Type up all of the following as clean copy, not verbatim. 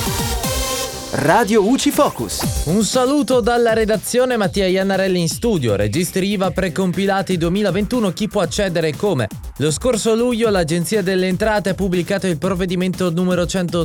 Radio UCI Focus. Un saluto dalla redazione, Mattia Iannarelli in studio. Registri IVA precompilati 2021, chi può accedere e come? Lo scorso luglio l'Agenzia delle Entrate ha pubblicato il provvedimento numero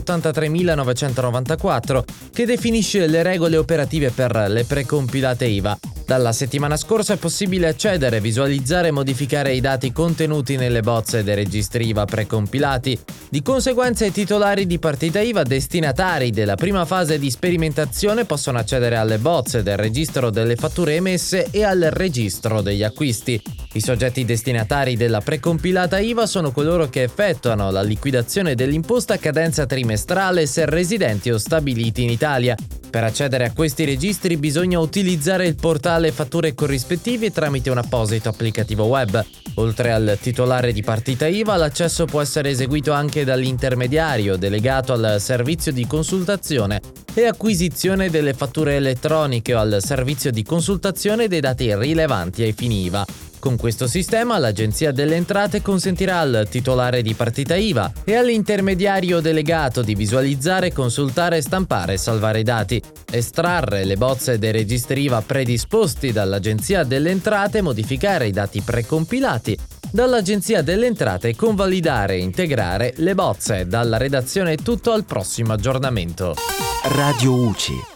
183.994 che definisce le regole operative per le precompilate IVA. Dalla settimana scorsa è possibile accedere, visualizzare e modificare i dati contenuti nelle bozze dei registri IVA precompilati. Di conseguenza i titolari di partita IVA destinatari della prima fase di sperimentazione possono accedere alle bozze del registro delle fatture emesse e al registro degli acquisti. I soggetti destinatari della precompilata IVA sono coloro che effettuano la liquidazione dell'imposta a cadenza trimestrale se residenti o stabiliti in Italia. Per accedere a questi registri bisogna utilizzare il portale fatture corrispettive tramite un apposito applicativo web. Oltre al titolare di partita IVA, l'accesso può essere eseguito anche dall'intermediario delegato al servizio di consultazione e acquisizione delle fatture elettroniche o al servizio di consultazione dei dati rilevanti ai fini IVA. Con questo sistema l'Agenzia delle Entrate consentirà al titolare di partita IVA e all'intermediario delegato di visualizzare, consultare, stampare e salvare i dati, estrarre le bozze dei registri IVA predisposti dall'Agenzia delle Entrate, modificare i dati precompilati dall'Agenzia delle Entrate e convalidare e integrare le bozze. Dalla redazione è tutto, al prossimo aggiornamento. Radio UCI.